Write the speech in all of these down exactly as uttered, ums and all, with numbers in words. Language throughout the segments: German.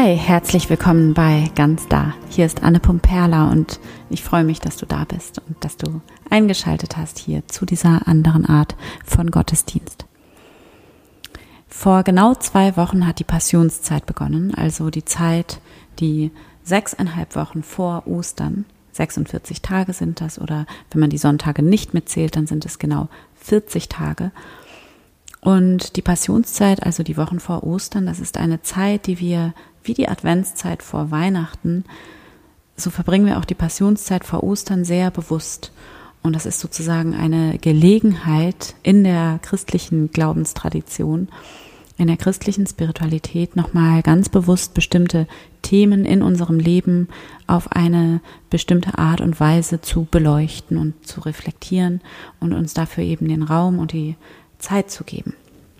Hi, herzlich willkommen bei Ganz Da. Hier ist Anne Pumperla und ich freue mich, dass du da bist und dass du eingeschaltet hast hier zu dieser anderen Art von Gottesdienst. Vor genau zwei Wochen hat die Passionszeit begonnen, also die Zeit, die sechseinhalb Wochen vor Ostern, sechsundvierzig Tage sind das, oder wenn man die Sonntage nicht mitzählt, dann sind es genau vierzig Tage. Und die Passionszeit, also die Wochen vor Ostern, das ist eine Zeit, die wir, wie die Adventszeit vor Weihnachten, so verbringen wir auch die Passionszeit vor Ostern sehr bewusst. Und das ist sozusagen eine Gelegenheit in der christlichen Glaubenstradition, in der christlichen Spiritualität nochmal ganz bewusst bestimmte Themen in unserem Leben auf eine bestimmte Art und Weise zu beleuchten und zu reflektieren und uns dafür eben den Raum und die Zeit zu geben.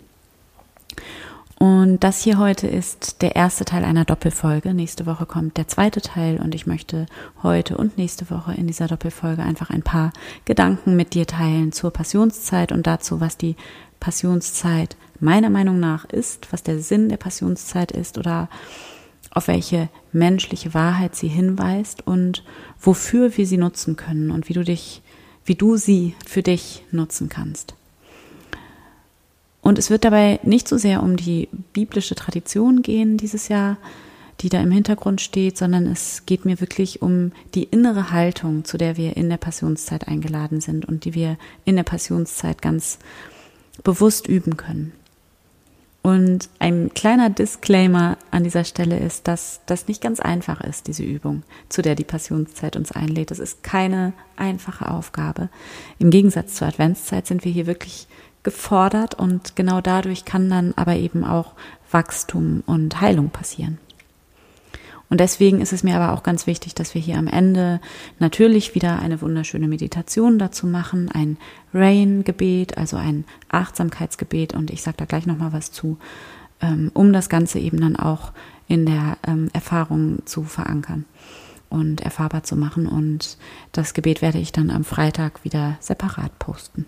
Und das hier heute ist der erste Teil einer Doppelfolge. Nächste Woche kommt der zweite Teil und ich möchte heute und nächste Woche in dieser Doppelfolge einfach ein paar Gedanken mit dir teilen zur Passionszeit und dazu, was die Passionszeit meiner Meinung nach ist, was der Sinn der Passionszeit ist oder auf welche menschliche Wahrheit sie hinweist und wofür wir sie nutzen können und wie du dich, wie du sie für dich nutzen kannst. Und es wird dabei nicht so sehr um die biblische Tradition gehen dieses Jahr, die da im Hintergrund steht, sondern es geht mir wirklich um die innere Haltung, zu der wir in der Passionszeit eingeladen sind und die wir in der Passionszeit ganz bewusst üben können. Und ein kleiner Disclaimer an dieser Stelle ist, dass das nicht ganz einfach ist, diese Übung, zu der die Passionszeit uns einlädt. Es ist keine einfache Aufgabe. Im Gegensatz zur Adventszeit sind wir hier wirklich gefordert und genau dadurch kann dann aber eben auch Wachstum und Heilung passieren. Und deswegen ist es mir aber auch ganz wichtig, dass wir hier am Ende natürlich wieder eine wunderschöne Meditation dazu machen, ein Rain-Gebet, also ein Achtsamkeitsgebet und ich sage da gleich nochmal was zu, um das Ganze eben dann auch in der Erfahrung zu verankern und erfahrbar zu machen. Und das Gebet werde ich dann am Freitag wieder separat posten.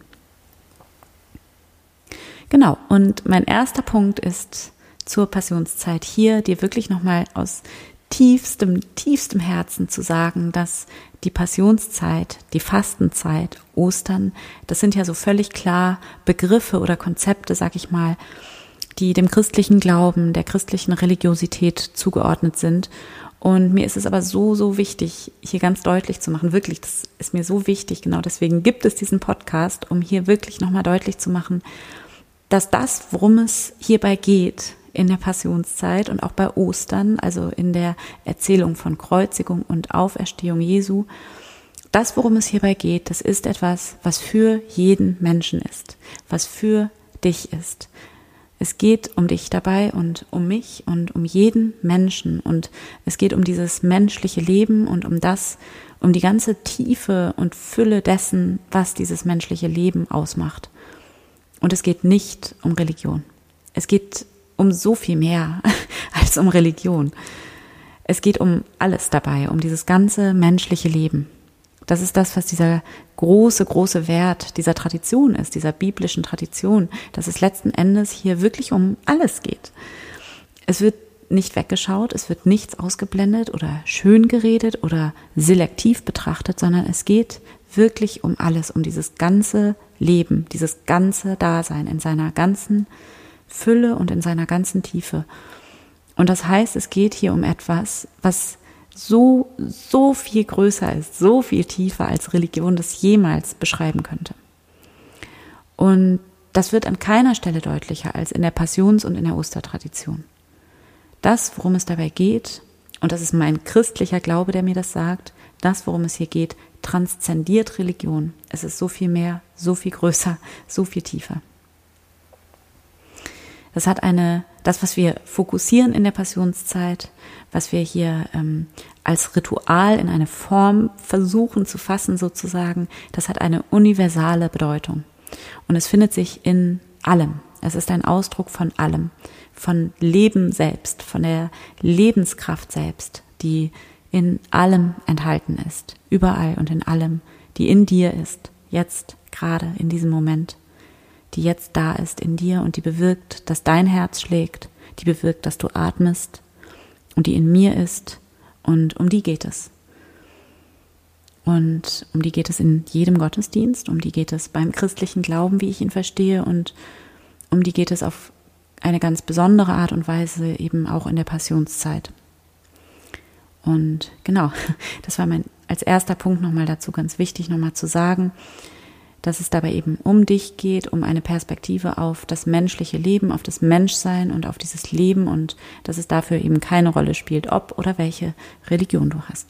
Genau, und mein erster Punkt ist zur Passionszeit hier, dir wirklich nochmal aus tiefstem, tiefstem Herzen zu sagen, dass die Passionszeit, die Fastenzeit, Ostern, das sind ja so völlig klar Begriffe oder Konzepte, sag ich mal, die dem christlichen Glauben, der christlichen Religiosität zugeordnet sind. Und mir ist es aber so, so wichtig, hier ganz deutlich zu machen, wirklich, das ist mir so wichtig, genau deswegen gibt es diesen Podcast, um hier wirklich nochmal deutlich zu machen, dass das, worum es hierbei geht in der Passionszeit und auch bei Ostern, also in der Erzählung von Kreuzigung und Auferstehung Jesu, das, worum es hierbei geht, das ist etwas, was für jeden Menschen ist, was für dich ist. Es geht um dich dabei und um mich und um jeden Menschen und es geht um dieses menschliche Leben und um das, um die ganze Tiefe und Fülle dessen, was dieses menschliche Leben ausmacht. Und es geht nicht um Religion. Es geht um so viel mehr als um Religion. Es geht um alles dabei, um dieses ganze menschliche Leben. Das ist das, was dieser große, große Wert dieser Tradition ist, dieser biblischen Tradition, dass es letzten Endes hier wirklich um alles geht. Es wird nicht weggeschaut, es wird nichts ausgeblendet oder schön geredet oder selektiv betrachtet, sondern es geht wirklich um alles, um dieses ganze Leben, dieses ganze Dasein in seiner ganzen Fülle und in seiner ganzen Tiefe. Und das heißt, es geht hier um etwas, was so, so viel größer ist, so viel tiefer als Religion das jemals beschreiben könnte. Und das wird an keiner Stelle deutlicher als in der Passions- und in der Ostertradition. Das, worum es dabei geht, und das ist mein christlicher Glaube, der mir das sagt, das, worum es hier geht, transzendiert Religion. Es ist so viel mehr, so viel größer, so viel tiefer. Das hat eine, das, was wir fokussieren in der Passionszeit, was wir hier ähm, als Ritual in eine Form versuchen zu fassen sozusagen, das hat eine universale Bedeutung. Und es findet sich in allem. Es ist ein Ausdruck von allem, von Leben selbst, von der Lebenskraft selbst, die in allem enthalten ist, überall und in allem, die in dir ist, jetzt, gerade in diesem Moment, die jetzt da ist in dir und die bewirkt, dass dein Herz schlägt, die bewirkt, dass du atmest und die in mir ist, und um die geht es. Und um die geht es in jedem Gottesdienst, um die geht es beim christlichen Glauben, wie ich ihn verstehe, und um die geht es auf eine ganz besondere Art und Weise eben auch in der Passionszeit. Und genau, das war mein als erster Punkt nochmal dazu ganz wichtig, nochmal zu sagen, dass es dabei eben um dich geht, um eine Perspektive auf das menschliche Leben, auf das Menschsein und auf dieses Leben, und dass es dafür eben keine Rolle spielt, ob oder welche Religion du hast.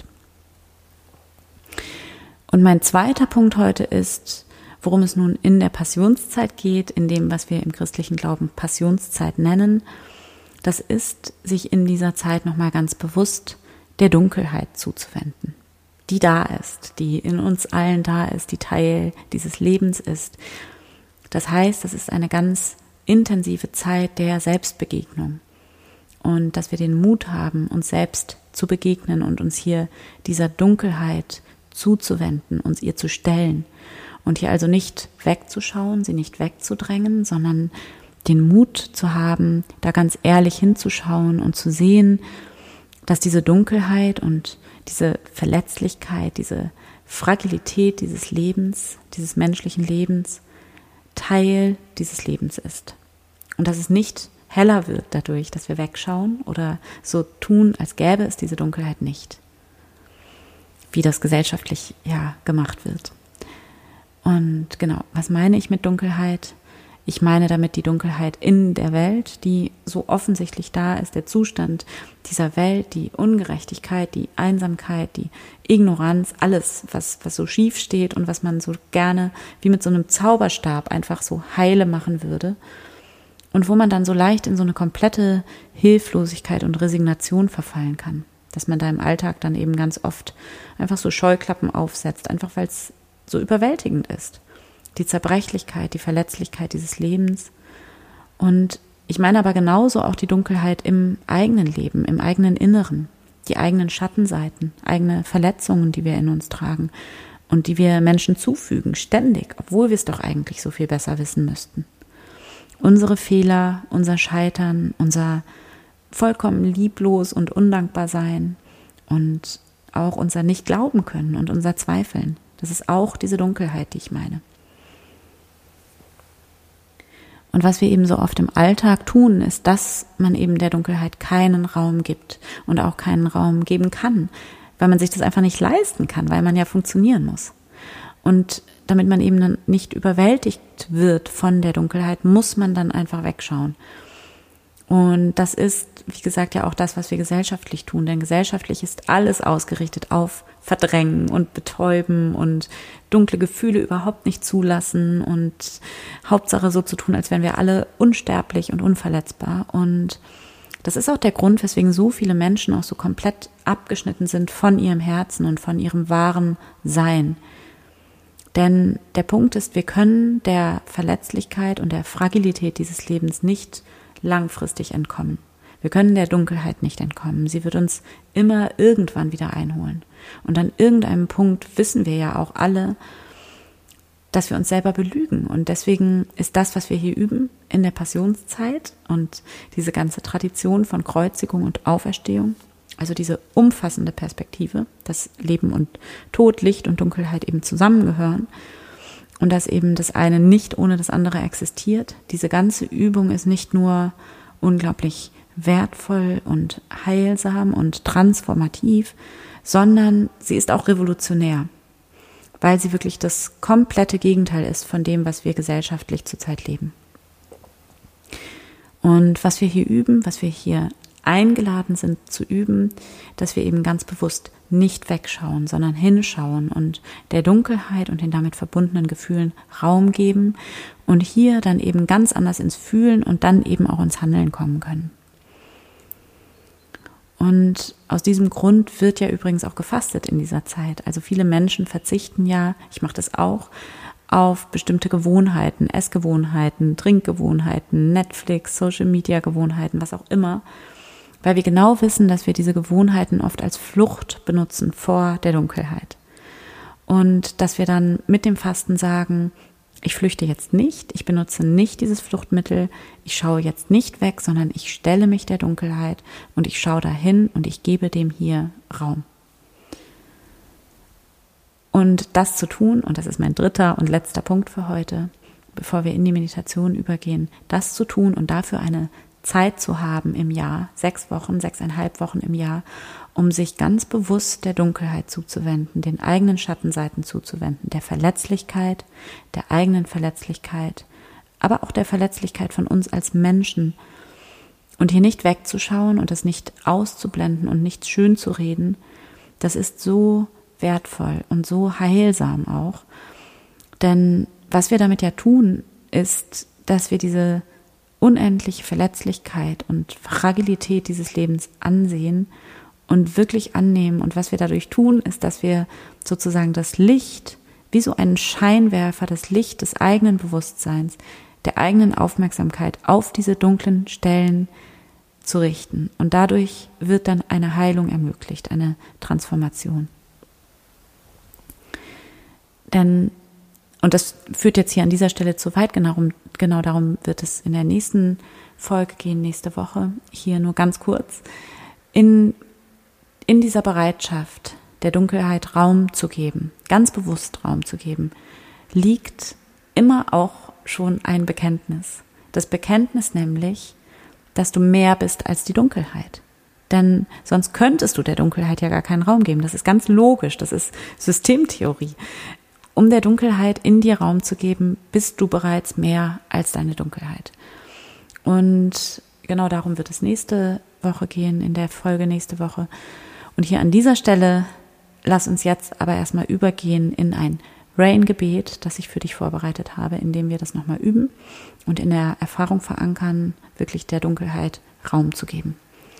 Und mein zweiter Punkt heute ist, worum es nun in der Passionszeit geht, in dem, was wir im christlichen Glauben Passionszeit nennen. Das ist, sich in dieser Zeit nochmal ganz bewusst der Dunkelheit zuzuwenden, die da ist, die in uns allen da ist, die Teil dieses Lebens ist. Das heißt, das ist eine ganz intensive Zeit der Selbstbegegnung, und dass wir den Mut haben, uns selbst zu begegnen und uns hier dieser Dunkelheit zuzuwenden, uns ihr zu stellen und hier also nicht wegzuschauen, sie nicht wegzudrängen, sondern den Mut zu haben, da ganz ehrlich hinzuschauen und zu sehen, dass diese Dunkelheit und diese Verletzlichkeit, diese Fragilität dieses Lebens, dieses menschlichen Lebens, Teil dieses Lebens ist. Und dass es nicht heller wird dadurch, dass wir wegschauen oder so tun, als gäbe es diese Dunkelheit nicht, wie das gesellschaftlich ja gemacht wird. Und genau, was meine ich mit Dunkelheit? Ich meine damit die Dunkelheit in der Welt, die so offensichtlich da ist, der Zustand dieser Welt, die Ungerechtigkeit, die Einsamkeit, die Ignoranz, alles, was, was so schief steht und was man so gerne wie mit so einem Zauberstab einfach so heile machen würde. Und wo man dann so leicht in so eine komplette Hilflosigkeit und Resignation verfallen kann. Dass man da im Alltag dann eben ganz oft einfach so Scheuklappen aufsetzt, einfach weil es so überwältigend ist. Die Zerbrechlichkeit, die Verletzlichkeit dieses Lebens. Und ich meine aber genauso auch die Dunkelheit im eigenen Leben, im eigenen Inneren, die eigenen Schattenseiten, eigene Verletzungen, die wir in uns tragen und die wir Menschen zufügen, ständig, obwohl wir es doch eigentlich so viel besser wissen müssten. Unsere Fehler, unser Scheitern, unser vollkommen lieblos und undankbar sein und auch unser Nicht-Glauben können und unser Zweifeln. Das ist auch diese Dunkelheit, die ich meine. Und was wir eben so oft im Alltag tun, ist, dass man eben der Dunkelheit keinen Raum gibt und auch keinen Raum geben kann, weil man sich das einfach nicht leisten kann, weil man ja funktionieren muss. Und damit man eben dann nicht überwältigt wird von der Dunkelheit, muss man dann einfach wegschauen. Und das ist, wie gesagt, ja auch das, was wir gesellschaftlich tun. Denn gesellschaftlich ist alles ausgerichtet auf Verdrängen und Betäuben und dunkle Gefühle überhaupt nicht zulassen und Hauptsache so zu tun, als wären wir alle unsterblich und unverletzbar. Und das ist auch der Grund, weswegen so viele Menschen auch so komplett abgeschnitten sind von ihrem Herzen und von ihrem wahren Sein. Denn der Punkt ist, wir können der Verletzlichkeit und der Fragilität dieses Lebens nicht langfristig entkommen. Wir können der Dunkelheit nicht entkommen. Sie wird uns immer irgendwann wieder einholen. Und an irgendeinem Punkt wissen wir ja auch alle, dass wir uns selber belügen. Und deswegen ist das, was wir hier üben in der Passionszeit und diese ganze Tradition von Kreuzigung und Auferstehung, also diese umfassende Perspektive, dass Leben und Tod, Licht und Dunkelheit eben zusammengehören und dass eben das eine nicht ohne das andere existiert. Diese ganze Übung ist nicht nur unglaublich wertvoll und heilsam und transformativ, sondern sie ist auch revolutionär, weil sie wirklich das komplette Gegenteil ist von dem, was wir gesellschaftlich zurzeit leben. Und was wir hier üben, was wir hier eingeladen sind zu üben, dass wir eben ganz bewusst nicht wegschauen, sondern hinschauen und der Dunkelheit und den damit verbundenen Gefühlen Raum geben und hier dann eben ganz anders ins Fühlen und dann eben auch ins Handeln kommen können. Und aus diesem Grund wird ja übrigens auch gefastet in dieser Zeit. Also viele Menschen verzichten ja, ich mache das auch, auf bestimmte Gewohnheiten, Essgewohnheiten, Trinkgewohnheiten, Netflix, Social-Media-Gewohnheiten, was auch immer, weil wir genau wissen, dass wir diese Gewohnheiten oft als Flucht benutzen vor der Dunkelheit. Und dass wir dann mit dem Fasten sagen, ich flüchte jetzt nicht, ich benutze nicht dieses Fluchtmittel, ich schaue jetzt nicht weg, sondern ich stelle mich der Dunkelheit und ich schaue dahin und ich gebe dem hier Raum. Und das zu tun, und das ist mein dritter und letzter Punkt für heute, bevor wir in die Meditation übergehen, das zu tun und dafür eine Zeit zu haben im Jahr, sechs Wochen, sechseinhalb Wochen im Jahr, um sich ganz bewusst der Dunkelheit zuzuwenden, den eigenen Schattenseiten zuzuwenden, der Verletzlichkeit, der eigenen Verletzlichkeit, aber auch der Verletzlichkeit von uns als Menschen. Und hier nicht wegzuschauen und das nicht auszublenden und nicht schön zu reden, das ist so wertvoll und so heilsam auch. Denn was wir damit ja tun, ist, dass wir diese unendliche Verletzlichkeit und Fragilität dieses Lebens ansehen und wirklich annehmen. Und was wir dadurch tun, ist, dass wir sozusagen das Licht, wie so einen Scheinwerfer, das Licht des eigenen Bewusstseins, der eigenen Aufmerksamkeit auf diese dunklen Stellen zu richten. Und dadurch wird dann eine Heilung ermöglicht, eine Transformation. Denn, und das führt jetzt hier an dieser Stelle zu weit, genau, genau darum wird es in der nächsten Folge gehen, nächste Woche, hier nur ganz kurz, in, in dieser Bereitschaft der Dunkelheit Raum zu geben, ganz bewusst Raum zu geben, liegt immer auch schon ein Bekenntnis. Das Bekenntnis nämlich, dass du mehr bist als die Dunkelheit. Denn sonst könntest du der Dunkelheit ja gar keinen Raum geben. Das ist ganz logisch, das ist Systemtheorie. Um der Dunkelheit in dir Raum zu geben, bist du bereits mehr als deine Dunkelheit. Und genau darum wird es nächste Woche gehen, in der Folge nächste Woche. Und hier an dieser Stelle, lass uns jetzt aber erstmal übergehen in ein Rain-Gebet, das ich für dich vorbereitet habe, in dem wir das nochmal üben und in der Erfahrung verankern, wirklich der Dunkelheit Raum zu geben.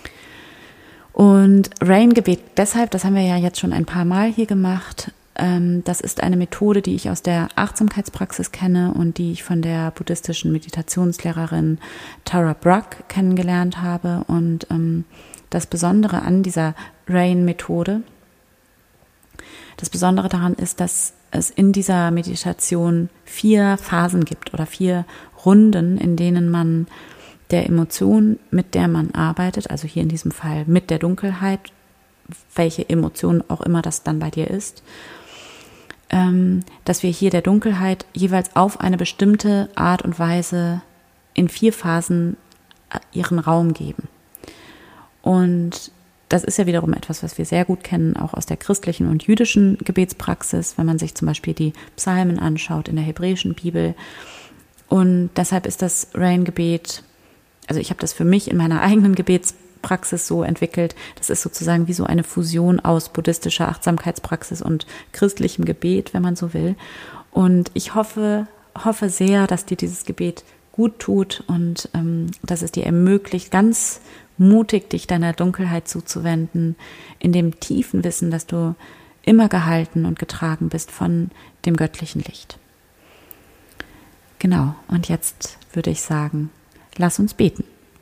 Und Rain-Gebet deshalb, das haben wir ja jetzt schon ein paar Mal hier gemacht. Das ist eine Methode, die ich aus der Achtsamkeitspraxis kenne und die ich von der buddhistischen Meditationslehrerin Tara Brach kennengelernt habe. Und ähm, das Besondere an dieser Rain-Methode, das Besondere daran ist, dass es in dieser Meditation vier Phasen gibt oder vier Runden, in denen man der Emotion, mit der man arbeitet, also hier in diesem Fall mit der Dunkelheit, welche Emotion auch immer das dann bei dir ist, ähm, dass wir hier der Dunkelheit jeweils auf eine bestimmte Art und Weise in vier Phasen ihren Raum geben. Und das ist ja wiederum etwas, was wir sehr gut kennen, auch aus der christlichen und jüdischen Gebetspraxis, wenn man sich zum Beispiel die Psalmen anschaut in der hebräischen Bibel. Und deshalb ist das Rain-Gebet, also ich habe das für mich in meiner eigenen Gebetspraxis so entwickelt, das ist sozusagen wie so eine Fusion aus buddhistischer Achtsamkeitspraxis und christlichem Gebet, wenn man so will. Und ich hoffe, hoffe sehr, dass dir dieses Gebet gut tut und ähm, dass es dir ermöglicht, ganz mutig dich deiner Dunkelheit zuzuwenden, in dem tiefen Wissen, dass du immer gehalten und getragen bist von dem göttlichen Licht. Genau, und jetzt würde ich sagen, lass uns beten.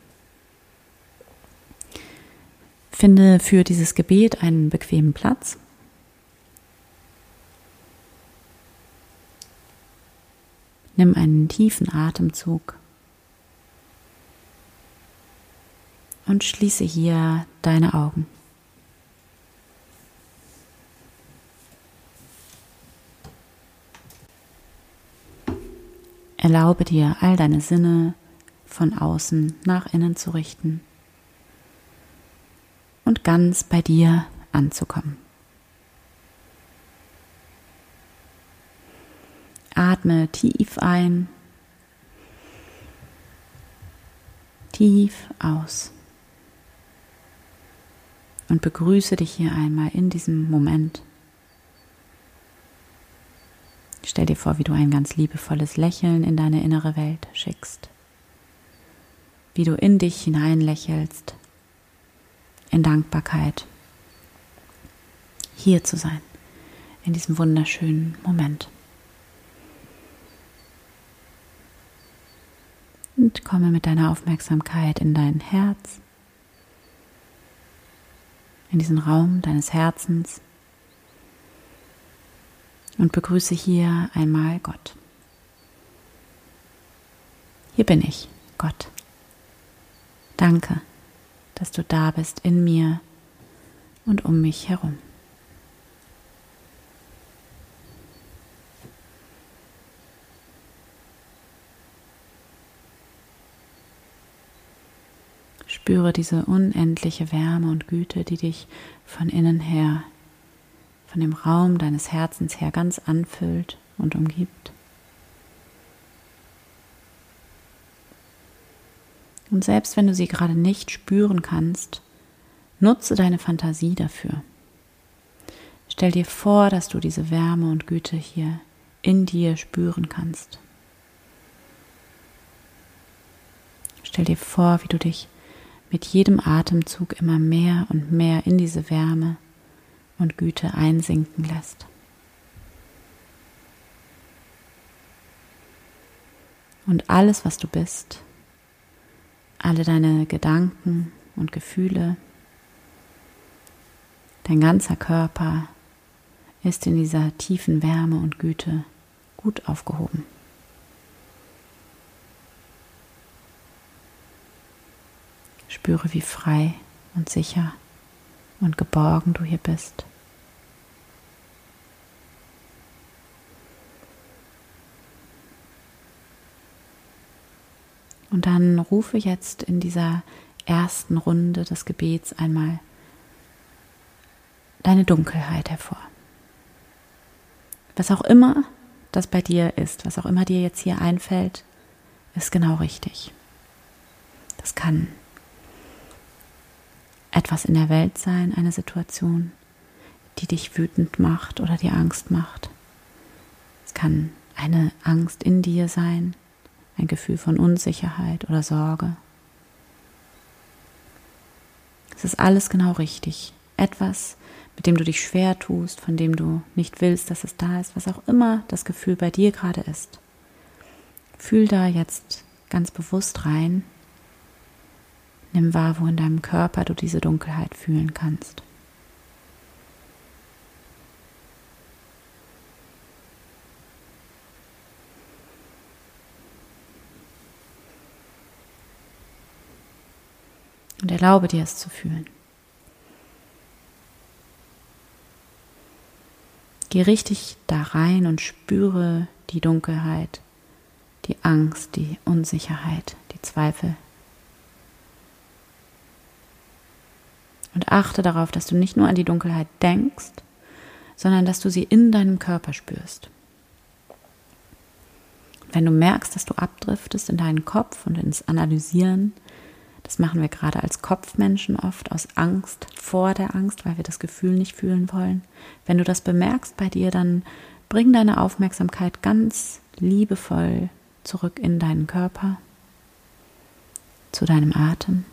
Finde für dieses Gebet einen bequemen Platz. Nimm einen tiefen Atemzug und schließe hier deine Augen. Erlaube dir, all deine Sinne von außen nach innen zu richten und ganz bei dir anzukommen. Atme tief ein, tief aus und begrüße dich hier einmal in diesem Moment. Stell dir vor, wie du ein ganz liebevolles Lächeln in deine innere Welt schickst, wie du in dich hinein lächelst, in Dankbarkeit, hier zu sein, in diesem wunderschönen Moment. Und komme mit deiner Aufmerksamkeit in dein Herz, in diesen Raum deines Herzens und begrüße hier einmal Gott. Hier bin ich, Gott. Danke, dass du da bist in mir und um mich herum. Spüre diese unendliche Wärme und Güte, die dich von innen her, von dem Raum deines Herzens her ganz anfüllt und umgibt. Und selbst wenn du sie gerade nicht spüren kannst, nutze deine Fantasie dafür. Stell dir vor, dass du diese Wärme und Güte hier in dir spüren kannst. Stell dir vor, wie du dich mit jedem Atemzug immer mehr und mehr in diese Wärme und Güte einsinken lässt. Und alles, was du bist, alle deine Gedanken und Gefühle, dein ganzer Körper ist in dieser tiefen Wärme und Güte gut aufgehoben. Spüre, wie frei und sicher und geborgen du hier bist. Und dann rufe jetzt in dieser ersten Runde des Gebets einmal deine Dunkelheit hervor. Was auch immer das bei dir ist, was auch immer dir jetzt hier einfällt, ist genau richtig. Das kann etwas in der Welt sein, eine Situation, die dich wütend macht oder dir Angst macht. Es kann eine Angst in dir sein, ein Gefühl von Unsicherheit oder Sorge. Es ist alles genau richtig. Etwas, mit dem du dich schwer tust, von dem du nicht willst, dass es da ist, was auch immer das Gefühl bei dir gerade ist. Fühl da jetzt ganz bewusst rein. Nimm wahr, wo in deinem Körper du diese Dunkelheit fühlen kannst. Und erlaube dir es zu fühlen. Geh richtig da rein und spüre die Dunkelheit, die Angst, die Unsicherheit, die Zweifel. Und achte darauf, dass du nicht nur an die Dunkelheit denkst, sondern dass du sie in deinem Körper spürst. Und wenn du merkst, dass du abdriftest in deinen Kopf und ins Analysieren, das machen wir gerade als Kopfmenschen oft aus Angst vor der Angst, weil wir das Gefühl nicht fühlen wollen. Wenn du das bemerkst bei dir, dann bring deine Aufmerksamkeit ganz liebevoll zurück in deinen Körper, zu deinem Atem.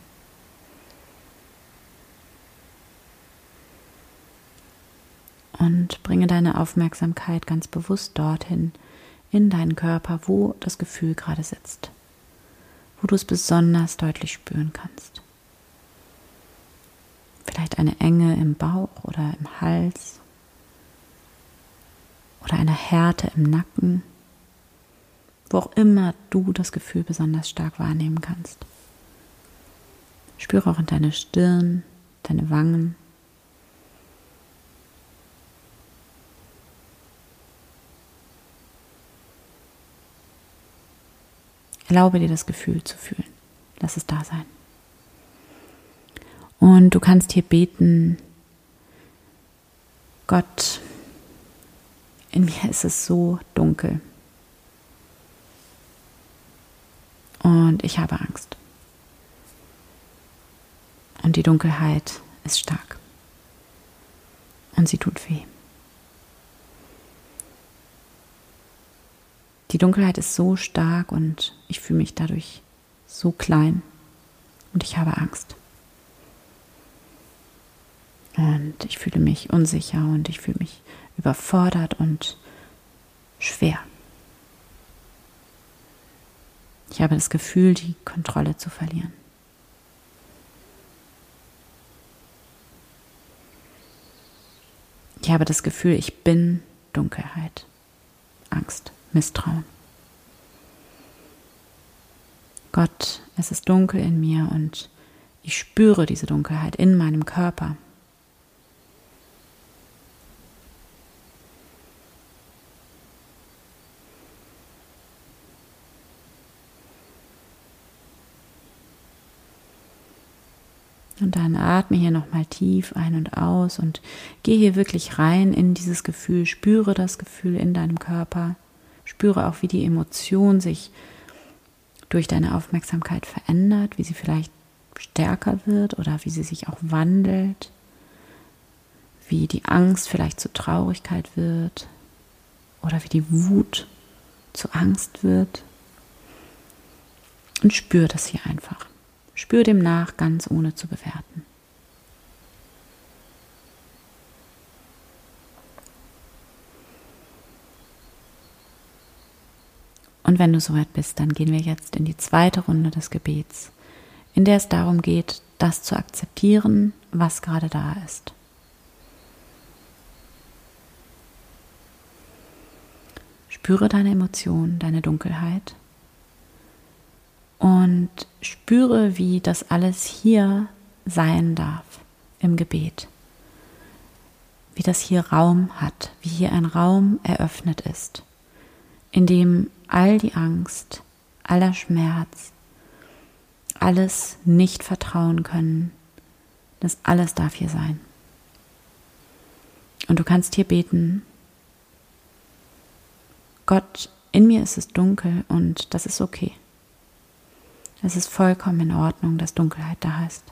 Und bringe deine Aufmerksamkeit ganz bewusst dorthin, in deinen Körper, wo das Gefühl gerade sitzt, wo du es besonders deutlich spüren kannst. Vielleicht eine Enge im Bauch oder im Hals oder eine Härte im Nacken, wo auch immer du das Gefühl besonders stark wahrnehmen kannst. Spüre auch in deine Stirn, deine Wangen. Erlaube dir das Gefühl zu fühlen. Lass es da sein. Und du kannst hier beten: Gott, in mir ist es so dunkel. Und ich habe Angst. Und die Dunkelheit ist stark. Und sie tut weh. Die Dunkelheit ist so stark und ich fühle mich dadurch so klein und ich habe Angst. Und ich fühle mich unsicher und ich fühle mich überfordert und schwer. Ich habe das Gefühl, die Kontrolle zu verlieren. Ich habe das Gefühl, ich bin Dunkelheit, Angst, Misstrauen. Gott, es ist dunkel in mir und ich spüre diese Dunkelheit in meinem Körper. Und dann atme hier nochmal tief ein und aus und gehe hier wirklich rein in dieses Gefühl, spüre das Gefühl in deinem Körper, spüre auch, wie die Emotion sich durch deine Aufmerksamkeit verändert, wie sie vielleicht stärker wird oder wie sie sich auch wandelt, wie die Angst vielleicht zur Traurigkeit wird oder wie die Wut zur Angst wird. Und spür das hier einfach. Spür dem nach, ganz ohne zu bewerten. Und wenn du soweit bist, dann gehen wir jetzt in die zweite Runde des Gebets, in der es darum geht, das zu akzeptieren, was gerade da ist. Spüre deine Emotionen, deine Dunkelheit und spüre, wie das alles hier sein darf im Gebet. Wie das hier Raum hat, wie hier ein Raum eröffnet ist, in dem all die Angst, aller Schmerz, alles nicht vertrauen können, das alles darf hier sein. Und du kannst hier beten: Gott, in mir ist es dunkel und das ist okay. Es ist vollkommen in Ordnung, dass Dunkelheit da ist.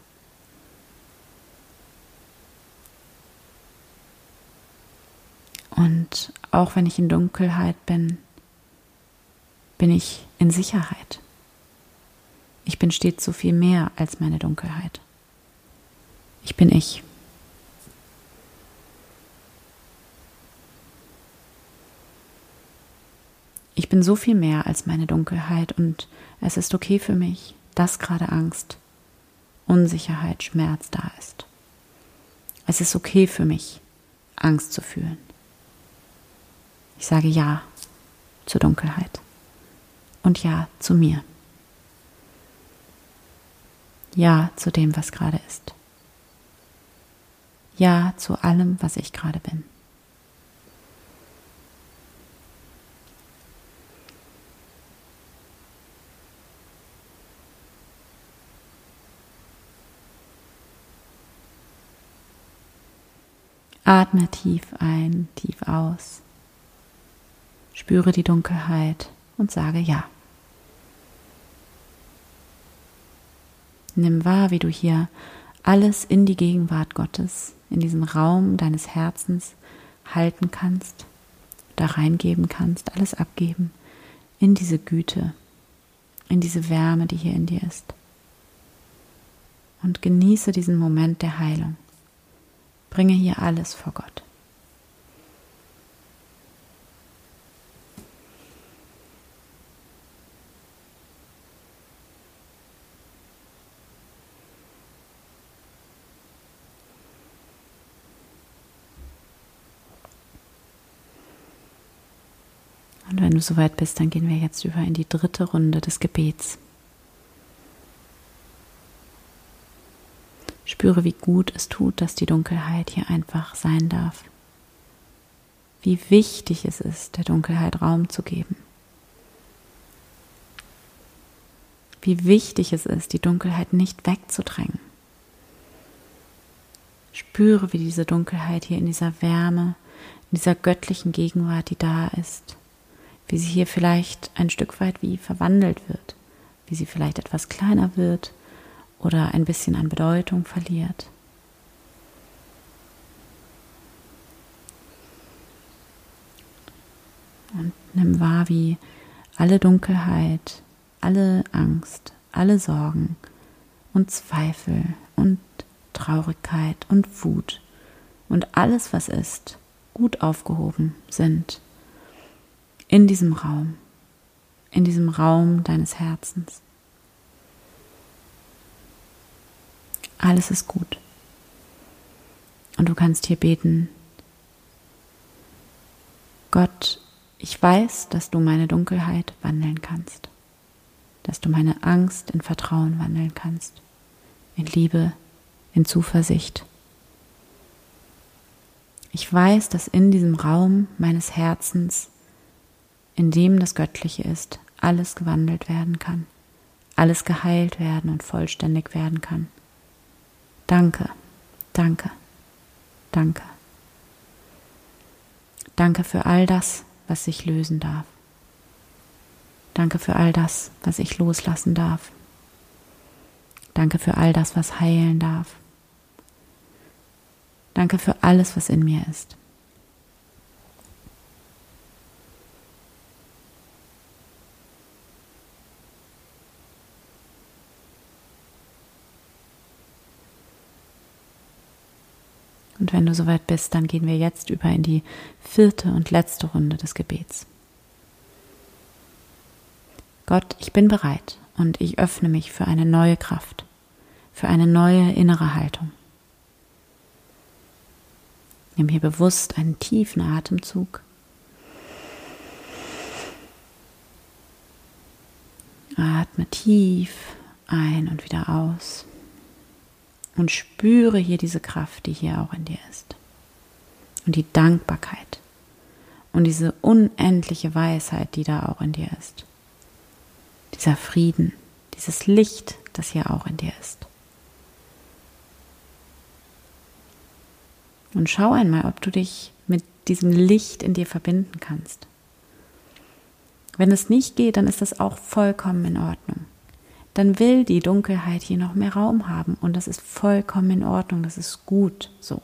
Und auch wenn ich in Dunkelheit bin, bin ich in Sicherheit. Ich bin stets so viel mehr als meine Dunkelheit. Ich bin ich. Ich bin so viel mehr als meine Dunkelheit und es ist okay für mich, dass gerade Angst, Unsicherheit, Schmerz da ist. Es ist okay für mich, Angst zu fühlen. Ich sage Ja zur Dunkelheit und Ja zu mir. Ja zu dem, was gerade ist. Ja zu allem, was ich gerade bin. Atme tief ein, tief aus. Spüre die Dunkelheit und sage Ja. Nimm wahr, wie du hier alles in die Gegenwart Gottes, in diesen Raum deines Herzens halten kannst, da reingeben kannst, alles abgeben, in diese Güte, in diese Wärme, die hier in dir ist. Und genieße diesen Moment der Heilung. Bringe hier alles vor Gott. Und wenn du soweit bist, dann gehen wir jetzt über in die dritte Runde des Gebets. Spüre, wie gut es tut, dass die Dunkelheit hier einfach sein darf. Wie wichtig es ist, der Dunkelheit Raum zu geben. Wie wichtig es ist, die Dunkelheit nicht wegzudrängen. Spüre, wie diese Dunkelheit hier in dieser Wärme, in dieser göttlichen Gegenwart, die da ist, wie sie hier vielleicht ein Stück weit wie verwandelt wird, wie sie vielleicht etwas kleiner wird oder ein bisschen an Bedeutung verliert. Und nimm wahr, wie alle Dunkelheit, alle Angst, alle Sorgen und Zweifel und Traurigkeit und Wut und alles, was ist, gut aufgehoben sind in diesem Raum, in diesem Raum deines Herzens. Alles ist gut. Und du kannst hier beten: Gott, ich weiß, dass du meine Dunkelheit wandeln kannst. dass du meine Angst in Vertrauen wandeln kannst, in Liebe, in Zuversicht. Ich weiß, dass in diesem Raum meines Herzens, in dem das Göttliche ist, alles gewandelt werden kann, alles geheilt werden und vollständig werden kann. Danke, danke, danke. Danke für all das, was sich lösen darf. Danke für all das, was ich loslassen darf. Danke für all das, was heilen darf. Danke für alles, was in mir ist. Und wenn du soweit bist, dann gehen wir jetzt über in die vierte und letzte Runde des Gebets. Gott, ich bin bereit und ich öffne mich für eine neue Kraft, für eine neue innere Haltung. Nimm hier bewusst einen tiefen Atemzug. Atme tief ein und wieder aus. Und spüre hier diese Kraft, die hier auch in dir ist. Und die Dankbarkeit. Und diese unendliche Weisheit, die da auch in dir ist. Dieser Frieden, dieses Licht, das hier auch in dir ist. Und schau einmal, ob du dich mit diesem Licht in dir verbinden kannst. Wenn es nicht geht, dann ist das auch vollkommen in Ordnung. Dann will die Dunkelheit hier noch mehr Raum haben und das ist vollkommen in Ordnung, das ist gut so.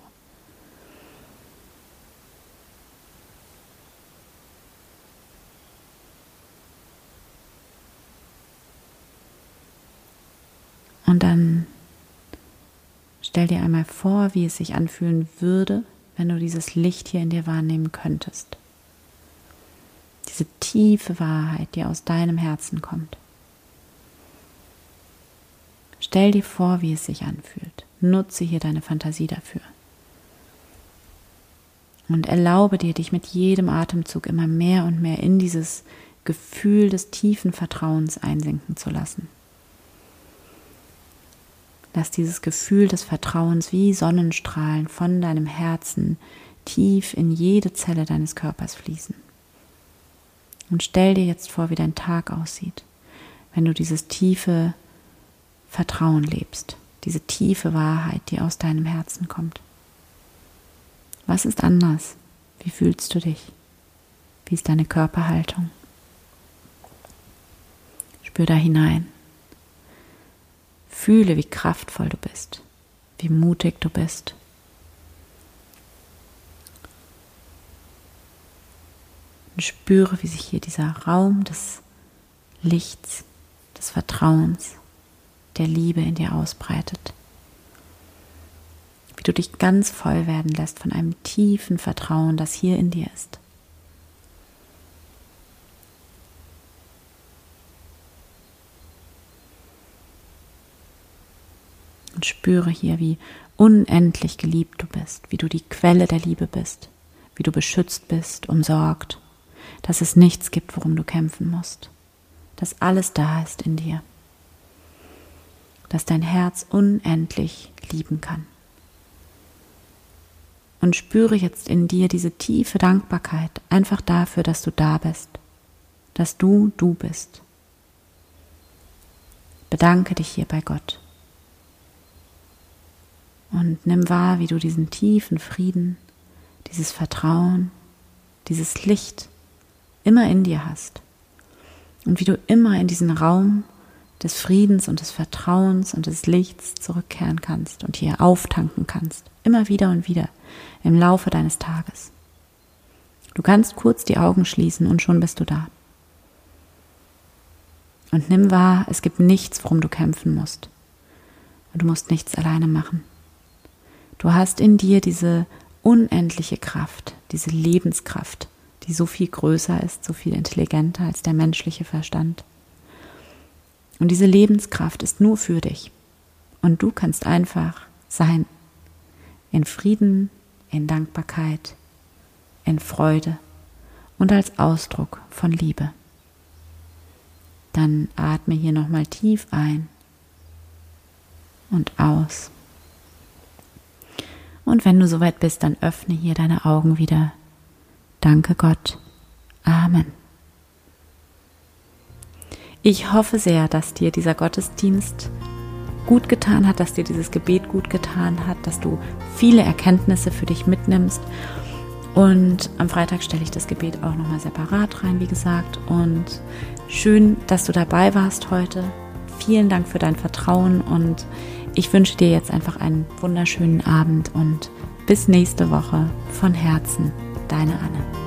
Und dann stell dir einmal vor, wie es sich anfühlen würde, wenn du dieses Licht hier in dir wahrnehmen könntest. Diese tiefe Wahrheit, die aus deinem Herzen kommt. Stell dir vor, wie es sich anfühlt. Nutze hier deine Fantasie dafür. Und erlaube dir, dich mit jedem Atemzug immer mehr und mehr in dieses Gefühl des tiefen Vertrauens einsinken zu lassen. Lass dieses Gefühl des Vertrauens wie Sonnenstrahlen von deinem Herzen tief in jede Zelle deines Körpers fließen. Und stell dir jetzt vor, wie dein Tag aussieht, wenn du dieses tiefe Vertrauen lebst, diese tiefe Wahrheit, die aus deinem Herzen kommt. Was ist anders? Wie fühlst du dich? Wie ist deine Körperhaltung? Spür da hinein. Fühle, wie kraftvoll du bist, wie mutig du bist. Und spüre, wie sich hier dieser Raum des Lichts, des Vertrauens, der Liebe in dir ausbreitet. Wie du dich ganz voll werden lässt von einem tiefen Vertrauen, das hier in dir ist. Und spüre hier, wie unendlich geliebt du bist, wie du die Quelle der Liebe bist, wie du beschützt bist, umsorgt, dass es nichts gibt, worum du kämpfen musst, dass alles da ist in dir, dass dein Herz unendlich lieben kann. Und spüre jetzt in dir diese tiefe Dankbarkeit, einfach dafür, dass du da bist, dass du du bist. Bedanke dich hier bei Gott. Und nimm wahr, wie du diesen tiefen Frieden, dieses Vertrauen, dieses Licht immer in dir hast. Und wie du immer in diesen Raum des Friedens und des Vertrauens und des Lichts zurückkehren kannst und hier auftanken kannst. Immer wieder und wieder im Laufe deines Tages. Du kannst kurz die Augen schließen und schon bist du da. Und nimm wahr, es gibt nichts, worum du kämpfen musst. Und du musst nichts alleine machen. Du hast in dir diese unendliche Kraft, diese Lebenskraft, die so viel größer ist, so viel intelligenter als der menschliche Verstand. Und diese Lebenskraft ist nur für dich. Und du kannst einfach sein. In Frieden, in Dankbarkeit, in Freude und als Ausdruck von Liebe. Dann atme hier nochmal tief ein und aus. Und wenn du soweit bist, dann öffne hier deine Augen wieder. Danke Gott. Amen. Ich hoffe sehr, dass dir dieser Gottesdienst gut getan hat, dass dir dieses Gebet gut getan hat, dass du viele Erkenntnisse für dich mitnimmst. Und am Freitag stelle ich das Gebet auch nochmal separat rein, wie gesagt. Und schön, dass du dabei warst heute. Vielen Dank für dein Vertrauen und ich wünsche dir jetzt einfach einen wunderschönen Abend und bis nächste Woche. Von Herzen, deine Anne.